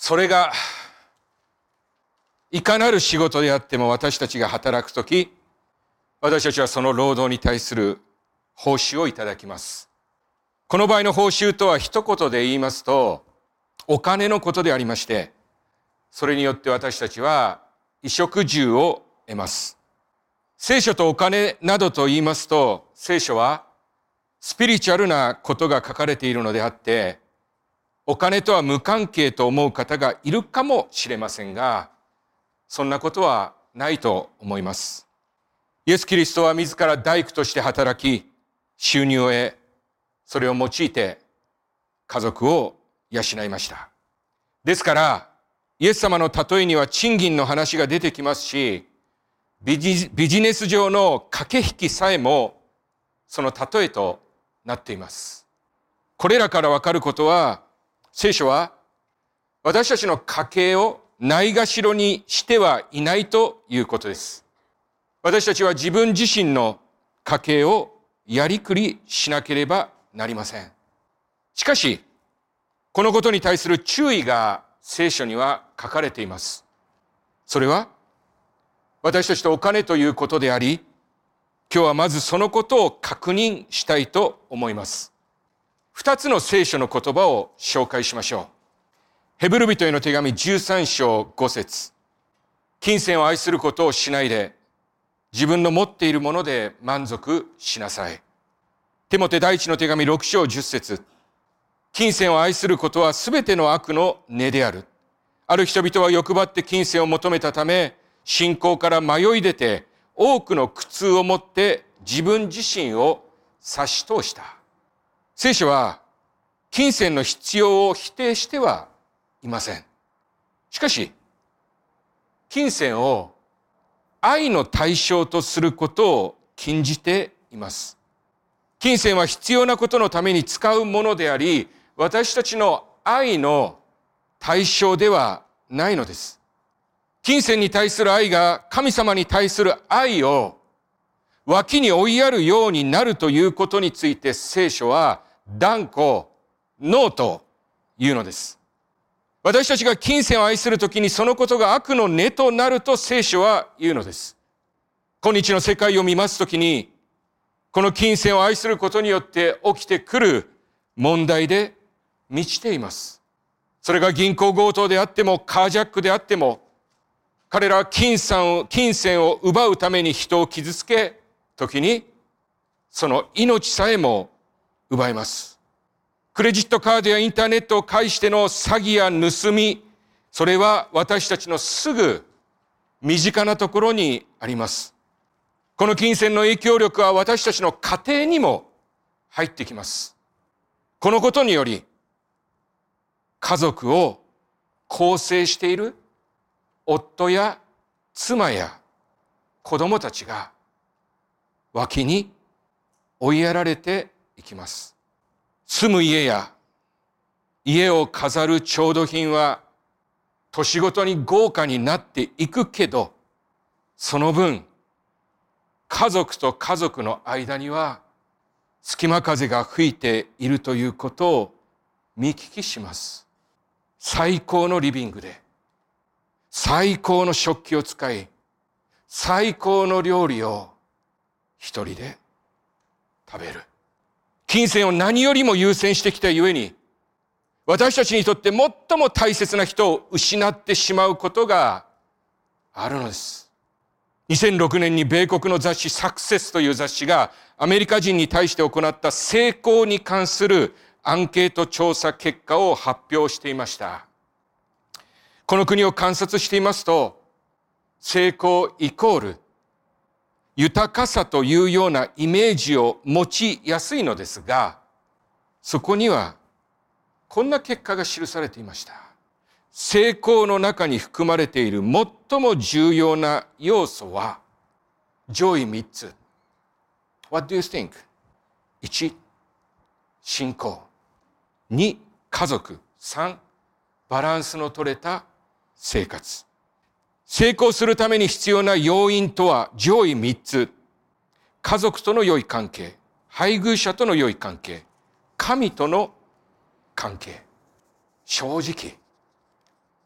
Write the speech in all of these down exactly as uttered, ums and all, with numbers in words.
それがいかなる仕事であっても私たちが働くとき、私たちはその労働に対する報酬をいただきます。この場合の報酬とは一言で言いますと、お金のことでありまして、それによって私たちは衣食住を得ます。聖書とお金などと言いますと、聖書はスピリチュアルなことが書かれているのであって、お金とは無関係と思う方がいるかもしれませんが、そんなことはないと思います。イエス・キリストは自ら大工として働き、収入を得、それを用いて家族を養いました。ですから、イエス様の例えには賃金の話が出てきますし、ビジ、ビジネス上の駆け引きさえもその例えとなっています。これらからわかることは、聖書は私たちの家計をないがしろにしてはいないということです。私たちは自分自身の家計をやりくりしなければなりません。しかし、このことに対する注意が聖書には書かれています。それは、私たちとお金ということであり、今日はまずそのことを確認したいと思います。二つの聖書の言葉を紹介しましょう。ヘブル人への手紙じゅうさん章ご節。金銭を愛することをしないで、自分の持っているもので満足しなさい。テモテ第一の手紙ろく章じゅっ節。金銭を愛することはすべての悪の根である。ある人々は欲張って金銭を求めたため、信仰から迷い出て、多くの苦痛をもって自分自身を差し通した。聖書は金銭の必要を否定してはいません。しかし、金銭を愛の対象とすることを禁じています。金銭は必要なことのために使うものであり、私たちの愛の対象ではないのです。金銭に対する愛が神様に対する愛を脇に追いやるようになるということについて聖書は断固ノーというのです。私たちが金銭を愛するときにそのことが悪の根となると聖書は言うのです。今日の世界を見ますときに、この金銭を愛することによって起きてくる問題で満ちています。それが銀行強盗であっても、カージャックであっても、彼らは金銭を、金銭を奪うために人を傷つけ、時にその命さえも奪います。クレジットカードやインターネットを介しての詐欺や盗み、それは私たちのすぐ身近なところにあります。この金銭の影響力は私たちの家庭にも入ってきます。このことにより、家族を構成している夫や妻や子供たちが脇に追いやられていきます。住む家や家を飾る調度品は年ごとに豪華になっていくけど、その分家族と家族の間には隙間風が吹いているということを見聞きします。最高のリビングで最高の食器を使い、最高の料理を一人で食べる。金銭を何よりも優先してきたゆえに、私たちにとって最も大切な人を失ってしまうことがあるのです。にせんろくねんに米国の雑誌サクセスという雑誌がアメリカ人に対して行った成功に関するアンケート調査結果を発表していました。この国を観察していますと、成功イコール豊かさというようなイメージを持ちやすいのですが、そこにはこんな結果が記されていました。成功の中に含まれている最も重要な要素は上位みっつ。What do you think? いち、信仰。に、家族。さん、バランスの取れた生活。成功するために必要な要因とは上位みっつ。家族との良い関係、配偶者との良い関係、神との関係。正直、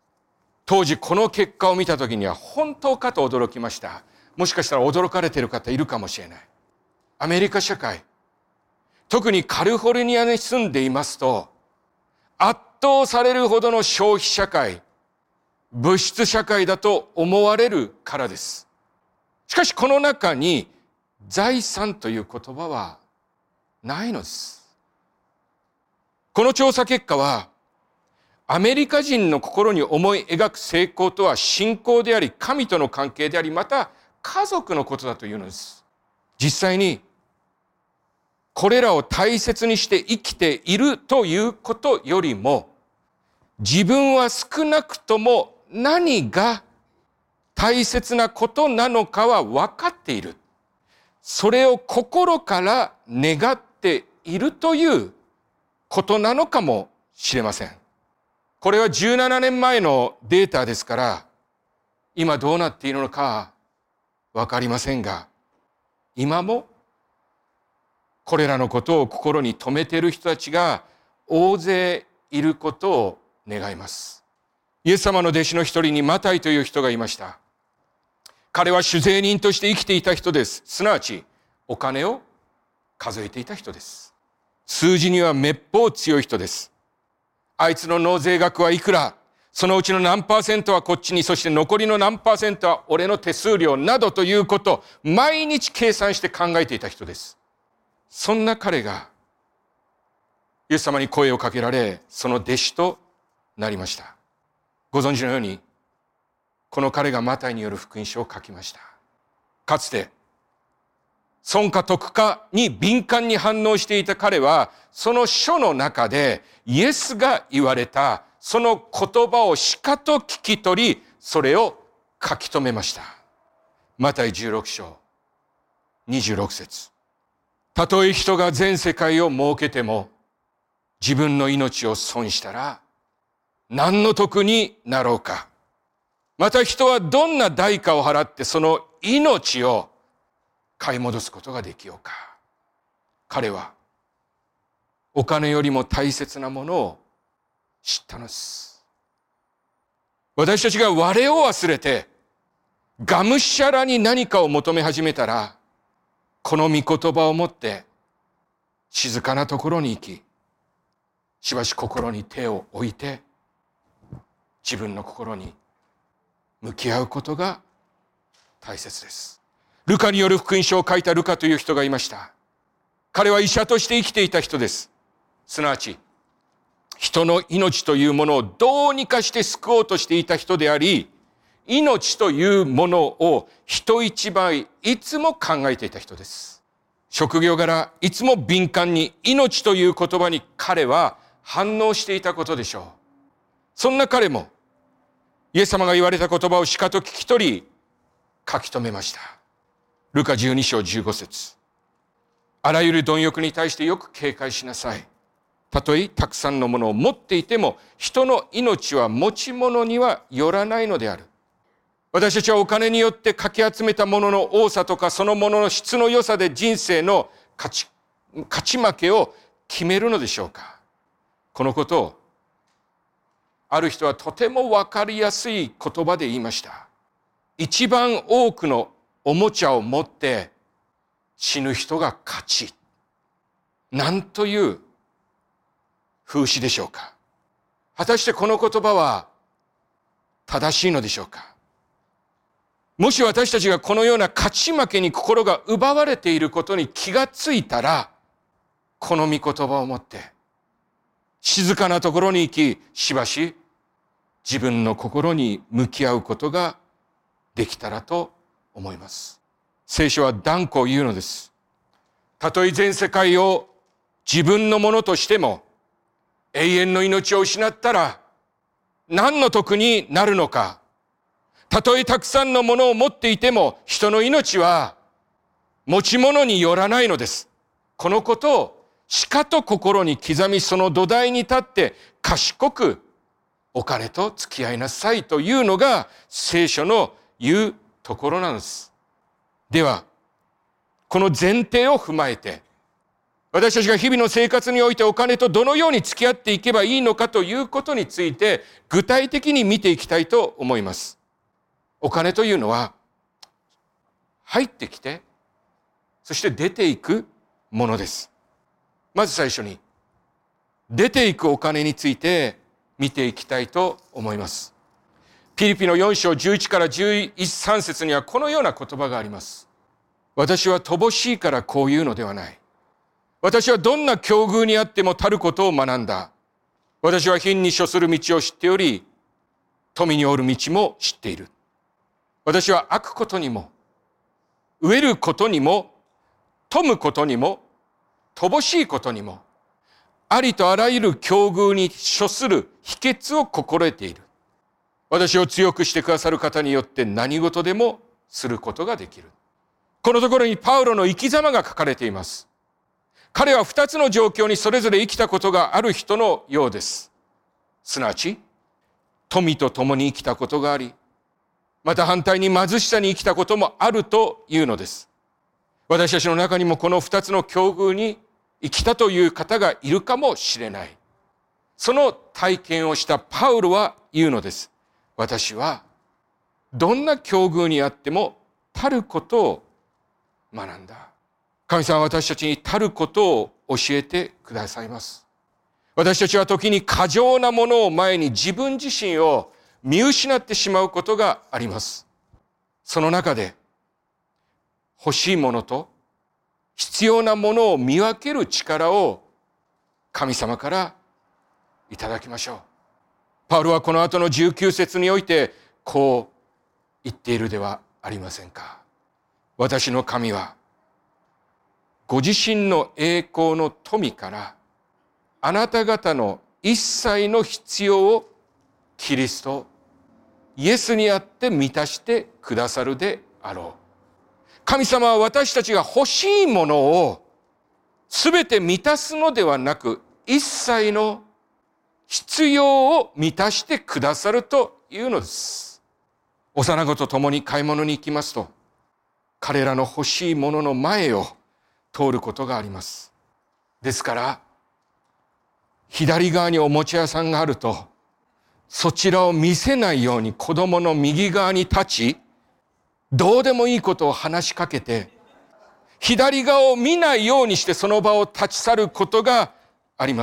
当時この結果を見た時には本当かと驚きました。もしかしたら驚かれている方いるかもしれない。アメリカ社会、特にカリフォルニアに住んでいますと、圧倒されるほどの消費社会、物質社会だと思われるからです。しかしこの中に財産という言葉はないのです。この調査結果は、アメリカ人の心に思い描く成功とは信仰であり、神との関係であり、また家族のことだというのです。実際にこれらを大切にして生きているということよりも、自分は少なくとも何が大切なことなのかは分かっている。それを心から願っているということなのかもしれません。これはじゅうななねんまえのデータですから、今どうなっているのか分かりませんが、今もこれらのことを心に留めている人たちが大勢いることを願います。イエス様の弟子の一人にマタイという人がいました。彼は酒税人として生きていた人です。すなわちお金を数えていた人です。数字にはめっぽう強い人です。あいつの納税額はいくら、そのうちの何パーセントはこっちに、そして残りの何パーセントは俺の手数料などということを毎日計算して考えていた人です。そんな彼がイエス様に声をかけられ、その弟子となりました。ご存知のように、この彼がマタイによる福音書を書きました。かつて損か得かに敏感に反応していた彼は、その書の中でイエスが言われたその言葉をしかと聞き取り、それを書き留めました。マタイじゅうろく章にじゅうろく節。たとえ人が全世界を儲けても自分の命を損したら何の得になろうか。また人はどんな代価を払ってその命を買い戻すことができようか。彼はお金よりも大切なものを知ったのです。私たちが我を忘れてがむしゃらに何かを求め始めたら、この御言葉を持って静かなところに行き、しばし心に手を置いて自分の心に向き合うことが大切です。ルカによる福音書を書いたルカという人がいました。彼は医者として生きていた人です。すなわち人の命というものをどうにかして救おうとしていた人であり、命というものを人一倍いつも考えていた人です。職業柄いつも敏感に命という言葉に彼は反応していたことでしょう。そんな彼もイエス様が言われた言葉をしかと聞き取り書き留めました。ルカじゅうに章じゅうご節。あらゆる貪欲に対してよく警戒しなさい。たとえたくさんのものを持っていても人の命は持ち物にはよらないのである。私たちはお金によってかき集めたものの多さとかそのものの質の良さで人生の勝ち、勝ち負けを決めるのでしょうか。このことをある人はとてもわかりやすい言葉で言いました。一番多くのおもちゃを持って死ぬ人が勝ち。なんという風刺でしょうか。果たしてこの言葉は正しいのでしょうか。もし私たちがこのような勝ち負けに心が奪われていることに気がついたら、この御言葉を持って静かなところに行き、しばし自分の心に向き合うことができたらと思います。聖書は断固言うのです。たとえ全世界を自分のものとしても永遠の命を失ったら何の得になるのか。たとえたくさんのものを持っていても人の命は持ち物によらないのです。このことをしかと心に刻み、その土台に立って賢くお金と付き合いなさいというのが聖書の言うところなんです。ではこの前提を踏まえて私たちが日々の生活においてお金とどのように付き合っていけばいいのかということについて具体的に見ていきたいと思います。お金というのは入ってきて、そして出ていくものです。まず最初に出ていくお金について見ていきたいと思います。ピリピのよん章じゅういちからじゅうさん節にはこのような言葉があります。私は乏しいからこういうのではない。私はどんな境遇にあっても足ることを学んだ。私は貧に処する道を知っており、富におる道も知っている。私は飽くことにも、飢えることにも、富むことにも、乏しいことにも、ありとあらゆる境遇に処する秘訣を心得ている。私を強くしてくださる方によって何事でもすることができる。このところにパウロの生き様が書かれています。彼は二つの状況にそれぞれ生きたことがある人のようです。すなわち、富と共に生きたことがあり、また反対に貧しさに生きたこともあるというのです。私たちの中にもこの二つの境遇に生きたという方がいるかもしれない。その体験をしたパウロは言うのです。私はどんな境遇にあっても足ることを学んだ。神様は私たちに足ることを教えてくださいます。私たちは時に過剰なものを前に自分自身を見失ってしまうことがあります。その中で欲しいものと必要なものを見分ける力を神様からいただきましょう。パウロはこの後のじゅうきゅう節においてこう言っているではありませんか。私の神はご自身の栄光の富からあなた方の一切の必要をキリストイエスにあって満たしてくださるであろう。神様は私たちが欲しいものをすべて満たすのではなく、一切の必要を満たしてくださるというのです。幼子と共に買い物に行きますと、彼らの欲しいものの前を通ることがあります。ですから左側におもちゃ屋さんがあると、そちらを見せないように子供の右側に立ち、どうでもいいことを話しかけて、左側を見ないようにしてその場を立ち去ることがあります。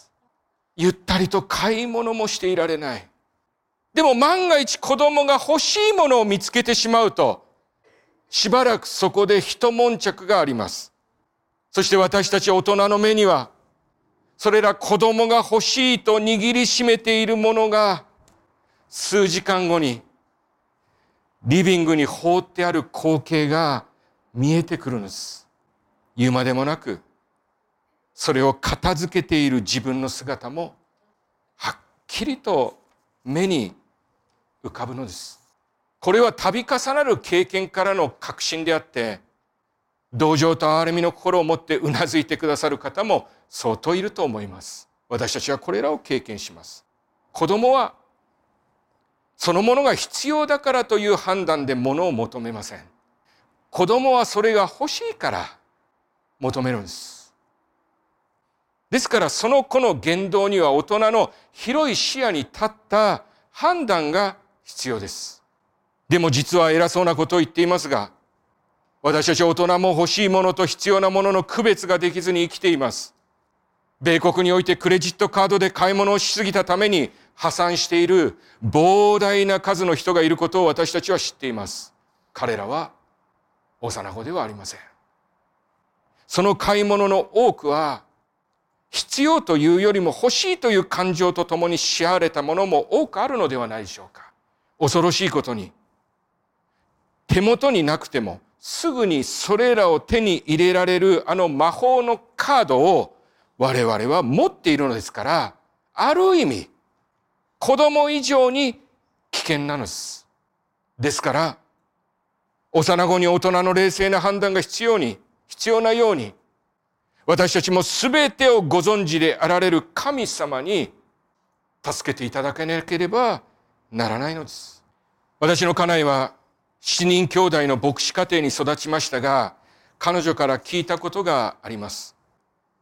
ゆったりと買い物もしていられない。でも万が一子供が欲しいものを見つけてしまうと、しばらくそこで一悶着があります。そして私たち大人の目には、それら子供が欲しいと握りしめているものが、数時間後にリビングに放ってある光景が見えてくるのです。言うまでもなく、それを片付けている自分の姿もはっきりと目に浮かぶのです。これは度重なる経験からの確信であって、同情と憐れみの心を持ってうなずいてくださる方も相当いると思います。私たちはこれらを経験します。子供はそのものが必要だからという判断でものを求めません。子供はそれが欲しいから求めるんです。ですからその子の言動には大人の広い視野に立った判断が必要です。でも実は偉そうなことを言っていますが、私たち大人も欲しいものと必要なものの区別ができずに生きています。米国においてクレジットカードで買い物をしすぎたために破産している膨大な数の人がいることを私たちは知っています。彼らは幼子ではありません。その買い物の多くは必要というよりも欲しいという感情とともに支払われたものも多くあるのではないでしょうか。恐ろしいことに、手元になくてもすぐにそれらを手に入れられるあの魔法のカードを我々は持っているのですから、ある意味子供以上に危険なのです。ですから幼子に大人の冷静な判断が必要に必要なように、私たちもすべてをご存知であられる神様に助けていただけなければならないのです。私の家内はしちにん兄弟の牧師家庭に育ちましたが、彼女から聞いたことがあります。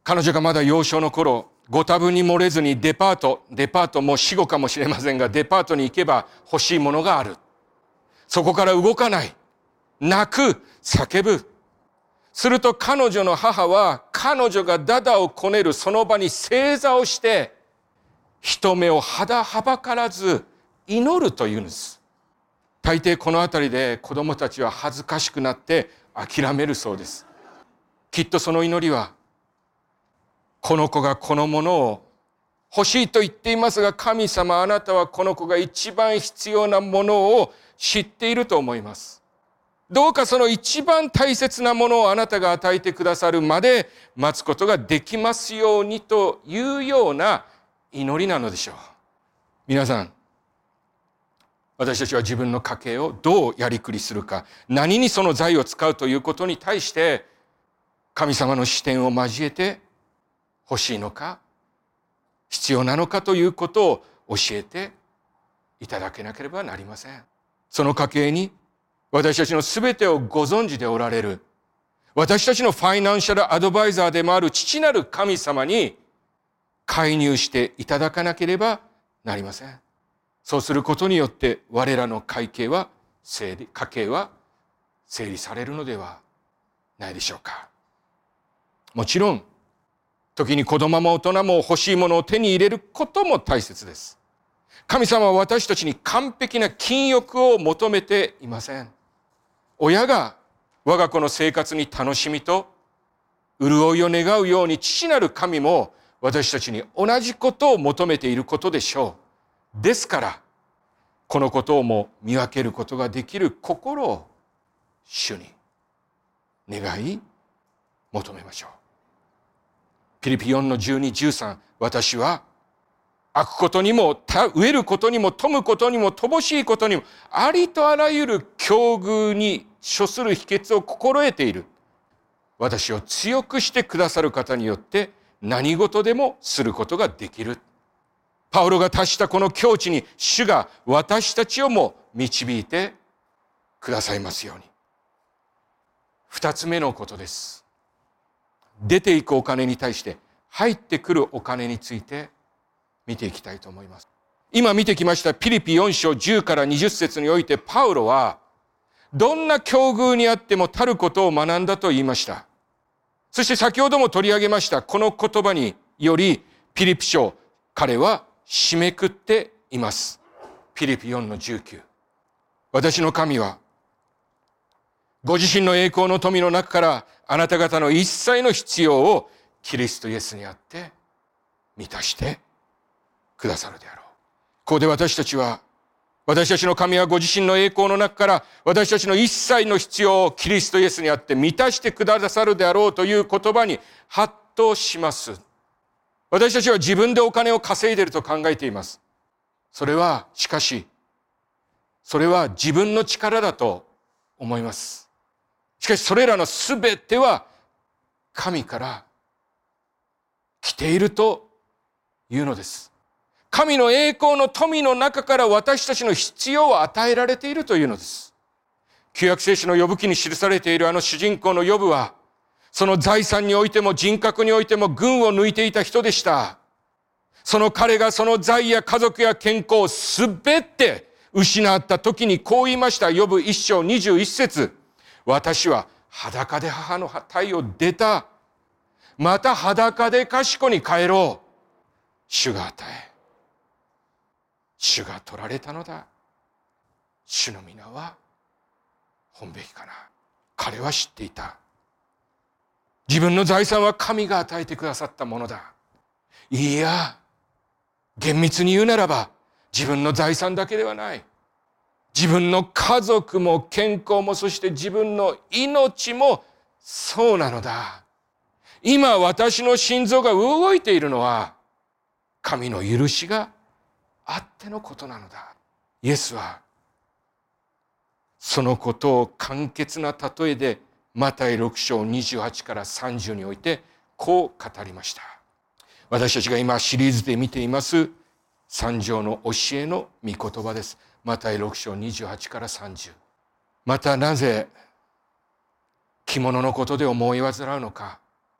彼女がまだ幼少の頃、ご多分に漏れずにデパート、デパートも死後かもしれませんが、デパートに行けば欲しいものがある。そこから動かない。泣く。叫ぶ。すると彼女の母は、彼女がダダをこねるその場に正座をして、人目を肌はばからず祈るというんです。大抵このあたりで子供たちは恥ずかしくなって諦めるそうです。きっとその祈りは、この子がこのものを欲しいと言っていますが、神様あなたはこの子が一番必要なものを知っていると思います。どうかその一番大切なものをあなたが与えてくださるまで待つことができますようにというような祈りなのでしょう。皆さん、私たちは自分の家計をどうやりくりするか、何にその財を使うということに対して神様の視点を交えて欲しいのか必要なのかということを教えていただけなければなりません。その家計に私たちのすべてをご存知でおられる、私たちのファイナンシャルアドバイザーでもある父なる神様に介入していただかなければなりません。そうすることによって我らの会計は整理、家計は整理されるのではないでしょうか。もちろん時に子供も大人も欲しいものを手に入れることも大切です。神様は私たちに完璧な禁欲を求めていません。親が我が子の生活に楽しみと潤いを願うように、父なる神も私たちに同じことを求めていることでしょう。ですからこのことをも見分けることができる心を主に願い求めましょう。ピリピよんのじゅうに、じゅうさん、私は飽くことにも飢えることにも富むことにも乏しいことにもありとあらゆる境遇に処する秘訣を心得ている。私を強くしてくださる方によって何事でもすることができる。パウロが達したこの境地に主が私たちをも導いてくださいますように。二つ目のことです。出ていくお金に対して入ってくるお金について見ていきたいと思います。今見てきましたピリピよん章じゅうからにじゅっ節において、パウロはどんな境遇にあっても足ることを学んだと言いました。そして先ほども取り上げましたこの言葉によりピリピ書、彼は締めくっています。ピリピよんのじゅうきゅう、私の神はご自身の栄光の富の中からあなた方の一切の必要をキリストイエスにあって満たしてくださるであろう。ここで私たちは、私たちの神はご自身の栄光の中から私たちの一切の必要をキリストイエスにあって満たしてくださるであろうという言葉にハッとします。私たちは自分でお金を稼いでいると考えています。それはしかしそれは自分の力だと思います。しかしそれらのすべては神から来ているというのです。神の栄光の富の中から私たちの必要を与えられているというのです。旧約聖書のヨブ記に記されているあの主人公のヨブは、その財産においても人格においても群を抜いていた人でした。その彼がその財や家族や健康をすべて失った時にこう言いました。ヨブ一章にじゅう一節、私は裸で母の胎を出た。また裸で賢に帰ろう。主が与え、主が取られたのだ。主の皆は本べきかな。彼は知っていた。自分の財産は神が与えてくださったものだ。いや、厳密に言うならば自分の財産だけではない。自分の家族も健康も、そして自分の命もそうなのだ。今私の心臓が動いているのは神の許しがあってのことなのだ。イエスはそのことを簡潔な例えでマタイろく章にじゅうはちからさんじゅうにおいてこう語りました。私たちが今シリーズで見ています三条の教えの御言葉です。マタイろく章にじゅうはちからさんじゅう。またなぜ着物のことで思い煩うのか。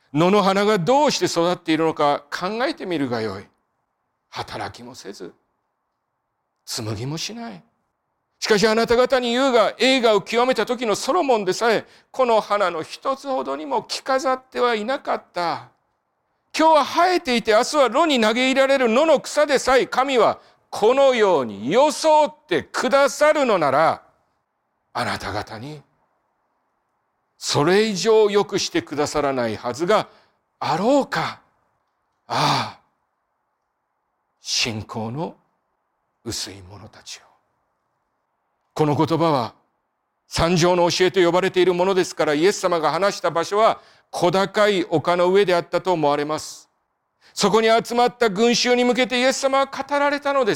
野の花がどうして育っているのか考えてみるがよい。働きもせず、紡ぎもしない。しかしあなた方に言うが、栄華を極めた時のソロモンでさえ、この花の一つほどにも着飾ってはいなかった。今日は生えていて、明日は炉に投げ入れられる野の草でさえ、神はこのように装ってくださるのなら、あなた方にそれ以上良くしてくださらないはずがあろうか。ああ、信仰の薄い者たちよ。この言葉は三条の教えと呼ばれているものですから、イエス様が話した場所は小高い丘の上であったと思われます。そこに集まった群衆に向けてイエス様は語られたのです。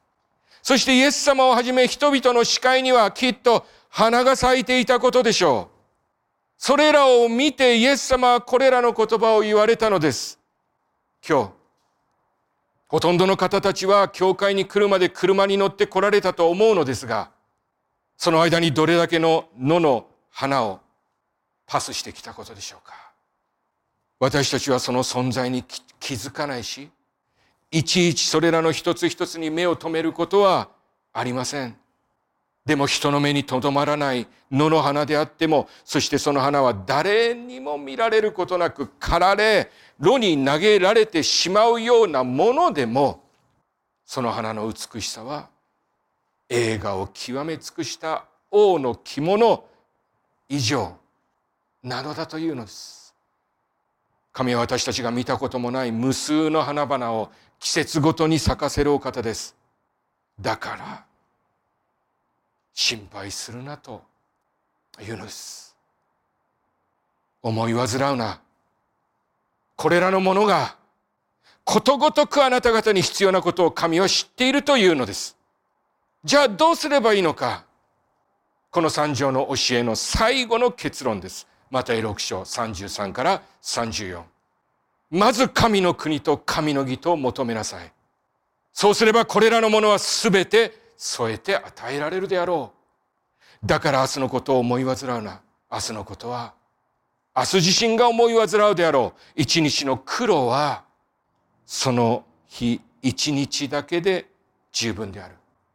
そしてイエス様をはじめ人々の視界にはきっと花が咲いていたことでしょう。それらを見てイエス様はこれらの言葉を言われたのです。今日、ほとんどの方たちは教会に来るまで車に乗って来られたと思うのですが、その間にどれだけの野の花をパスしてきたことでしょうか。私たちはその存在に気づかないし、いちいちそれらの一つ一つに目を留めることはありません。でも人の目にとどまらない野の花であっても、そしてその花は誰にも見られることなく刈られ、炉に投げられてしまうようなものでも、その花の美しさは栄華を極め尽くした王の着物以上なのだというのです。神は私たちが見たこともない無数の花々を季節ごとに咲かせるお方です。だから心配するなというのです。思い煩うな。これらのものがことごとくあなた方に必要なことを神は知っているというのです。じゃあどうすればいいのか。この三条の教えの最後の結論です。マタイろく章さんじゅうさんからさんじゅうよん。まず神の国と神の義とを求めなさい。そうすればこれらのものはすべて添えて与えられるであろう。だから明日のことを思い煩うな。明日のことは明日自身が思い煩うであろう。一日の苦労はその日一日だけで十分である。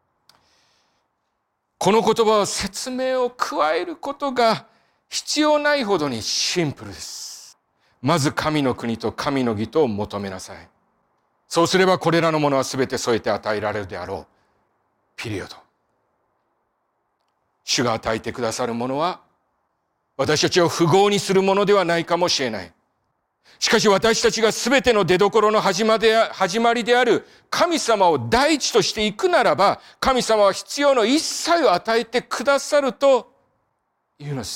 この言葉は説明を加えることが必要ないほどにシンプルです。まず神の国と神の義とを求めなさい。そうすればこれらのものはすべて添えて与えられるであろう。ピリオド。主が与えてくださるものは私たちを富豪にするものではないかもしれない。しかし私たちがすべての出所の始まりである神様を第一としていくならば、神様は必要の一切を与えてくださるというのです。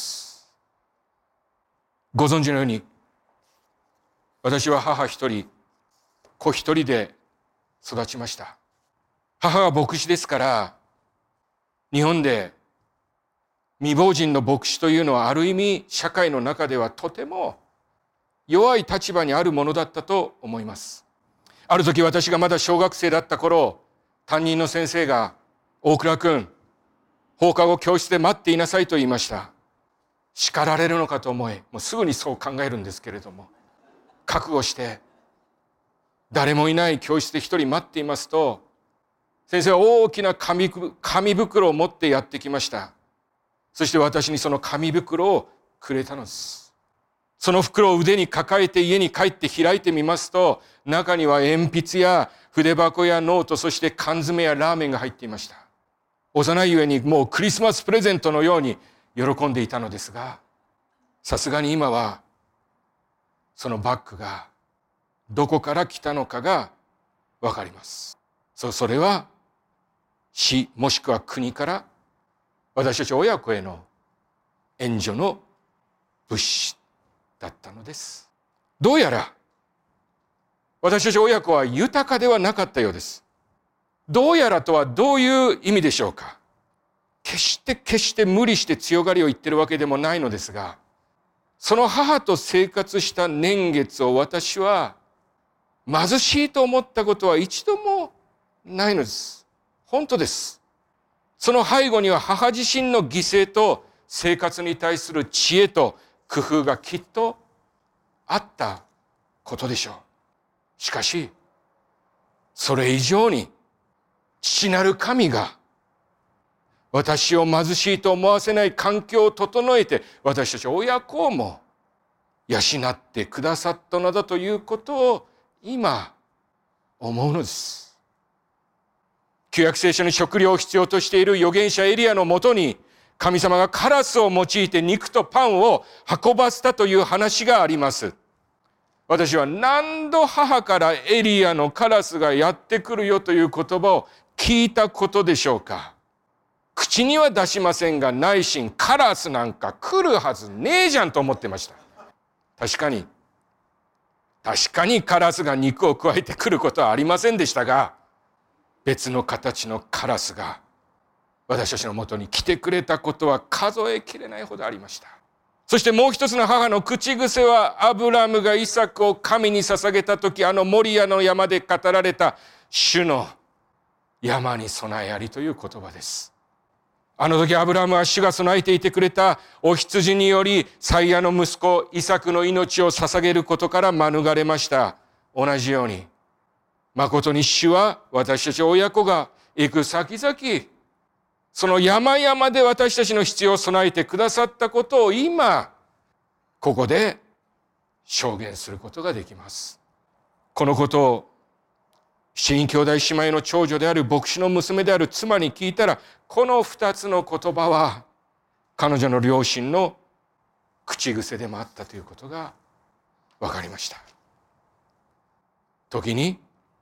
ご存知のように、私は母一人、子一人で育ちました。母は牧師ですから、日本で未亡人の牧師というのはある意味社会の中ではとても弱い立場にあるものだったと思います。ある時私がまだ小学生だった頃、担任の先生が、大倉君、放課後教室で待っていなさいと言いました。叱られるのかと思い、もうすぐにそう考えるんですけれども、覚悟して、誰もいない教室で一人待っていますと、先生は大きな紙、紙袋を持ってやってきました。そして私にその紙袋をくれたのです。その袋を腕に抱えて家に帰って開いてみますと、中には鉛筆や筆箱やノート、そして缶詰やラーメンが入っていました。幼いゆえにもうクリスマスプレゼントのように喜んでいたのですが、さすがに今はそのバッグがどこから来たのかがわかります。そう、それは市もしくは国から私たち親子への援助の物資だったのです。どうやら私たち親子は豊かではなかったようです。どうやらとはどういう意味でしょうか。決して決して無理して強がりを言ってるわけでもないのですが、その母と生活した年月を私は貧しいと思ったことは一度もないのです。本当です。その背後には母自身の犠牲と生活に対する知恵と工夫がきっとあったことでしょう。しかし、それ以上に父なる神が私を貧しいと思わせない環境を整えて、私たち親子をも養ってくださったのだということを今思うのです。旧約聖書に食料を必要としている預言者エリアのもとに、神様がカラスを用いて肉とパンを運ばせたという話があります。私は何度母からエリアのカラスがやってくるよという言葉を聞いたことでしょうか。口には出しませんが、内心カラスなんか来るはずねえじゃんと思ってました。確かに、確かにカラスが肉を加えてくることはありませんでしたが、別の形のカラスが私たちのもとに来てくれたことは数えきれないほどありました。そしてもう一つの母の口癖は、アブラムがイサクを神に捧げたとき、あのモリアの山で語られた主の山に備えありという言葉です。あの時アブラムは主が備えていてくれたお羊により最愛の息子イサクの命を捧げることから免れました。同じように、誠に主は私たち親子が行く先々、その山々で私たちの必要を備えてくださったことを今、ここで証言することができます。このことを、七人兄弟姉妹の長女である牧師の娘である妻に聞いたら、この二つの言葉は、彼女の両親の口癖でもあったということが分かりました。時に、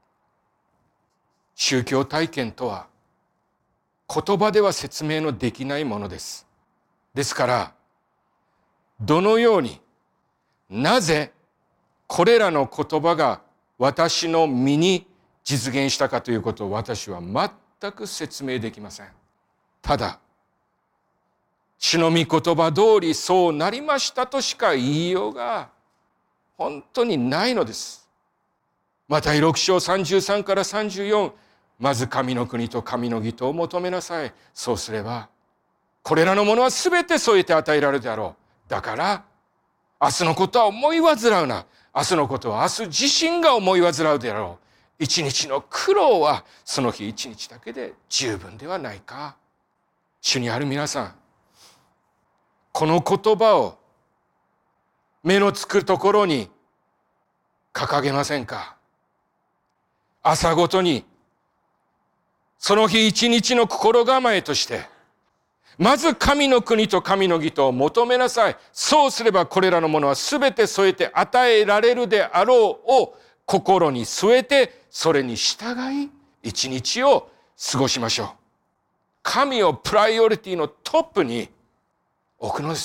宗教体験とは、言葉では説明のできないものです。ですから、どのように、なぜこれらの言葉が私の身に実現したかということを私は全く説明できません。ただ、主の御言葉通りそうなりましたとしか言いようが本当にないのです。マタイろく章さんじゅうさんからさんじゅうよん、まず神の国と神の義とを求めなさい。そうすれば、これらのものはすべて添えて与えられるであろう。だから、明日のことは思い煩うな。明日のことは明日自身が思い煩うであろう。一日の苦労はその日一日だけで十分ではないか。主にある皆さん、この言葉を目のつくところに掲げませんか。朝ごとにその日一日の心構えとして、まず神の国と神の義とを求めなさい。そうすればこれらのものはすべて添えて与えられるであろうを心に据えて、それに従い一日を過ごしましょう。神をプライオリティのトップに置くのです。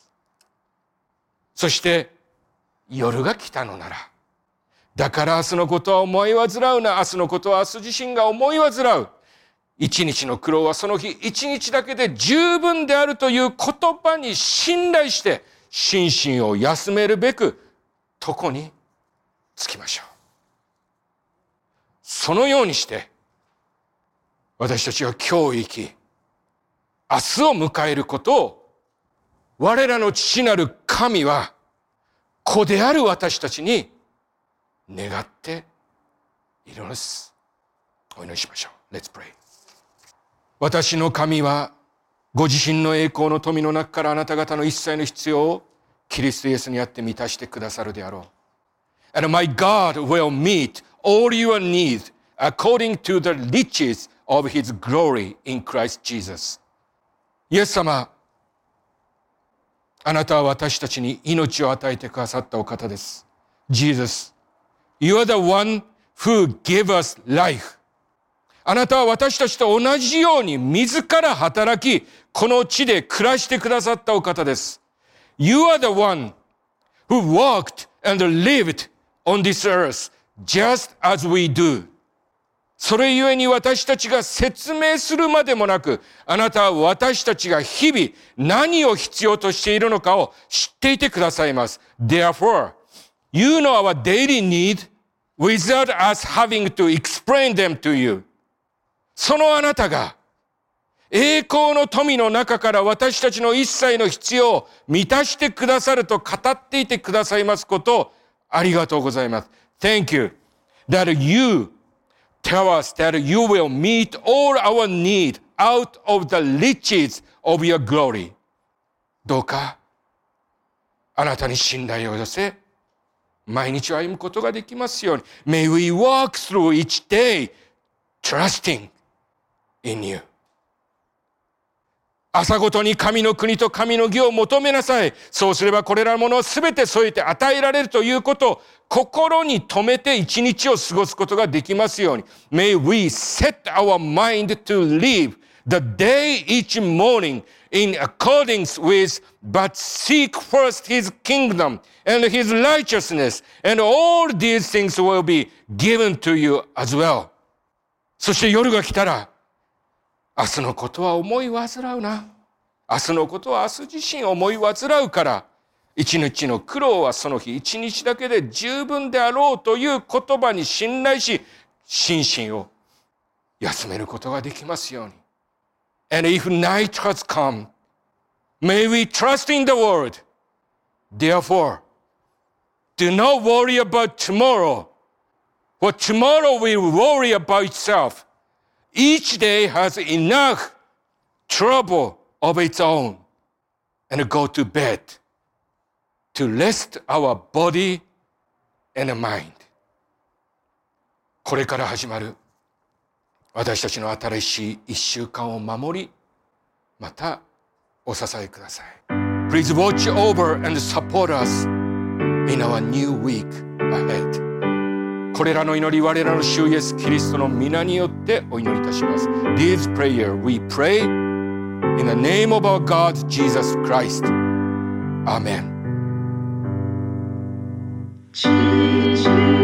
そして夜が来たのなら、だから明日のことは思い煩うな。明日のことは明日自身が思い煩う。一日の苦労はその日一日だけで十分であるという言葉に信頼して心身を休めるべく床につきましょう。そのようにして私たちは今日生き、明日を迎えることを我らの父なる神は子である私たちに願っているのです。お祈りしましょう。 Let's pray。 私の神はご自身の栄光の富の中からあなた方の一切の必要をキリストイエスにあって満たしてくださるであろう。 And my God will meet all your needs according to the riches of his glory in Christ Jesus。 イエス様、あなたは私たちに命を与えてくださったお方です。 Jesus、 You are the one who gave us life。 あなたは私たちと同じように自ら働き、この地で暮らしてくださったお方です。 You are the one who walked and lived on this earth just as we do。 それゆえに私たちが説明するまでもなく、あなたは私たちが日々何を必要としているのかを知っていてくださいます。 Therefore, you know our daily need without us having to explain them to you。 そのあなたが栄光の富の中から私たちの一切の必要を満たしてくださると語っていてくださいますことをありがとうございます。Thank you that you tell us that you will meet all our need out of the riches of your glory. どうかあなたに信頼を寄せ、毎日を歩むことができますように。May we walk through each day trusting in you. 朝ごとに神の国と神の義を求めなさい。そうすればこれらのものをすべて添えて与えられるということを心に留めて一日を過ごすことができますように。May we set our mind to live the day each morning in accordance with, but seek first his kingdom and his righteousness, and all these things will be given to you as well. そして夜が来たら、明日のことは思い煩うな。明日のことは明日自身思い煩うから、一日の苦労はその日一日だけで十分であろうという言葉に信頼し、心身を休めることができますように。And if night has come, may we trust in the word. Therefore, do not worry about tomorrow, for tomorrow will worry about itself. Each day has enough trouble of its own. And go to bed to rest our body and mind. これから始まる私たちの新しい一週間を守り、またお支えください。Please watch over and support us in our new week ahead. これらの祈り、我らの主イエスキリストの皆によってお祈りいたします。This prayer we pray in the name of our God Jesus Christ. Amen.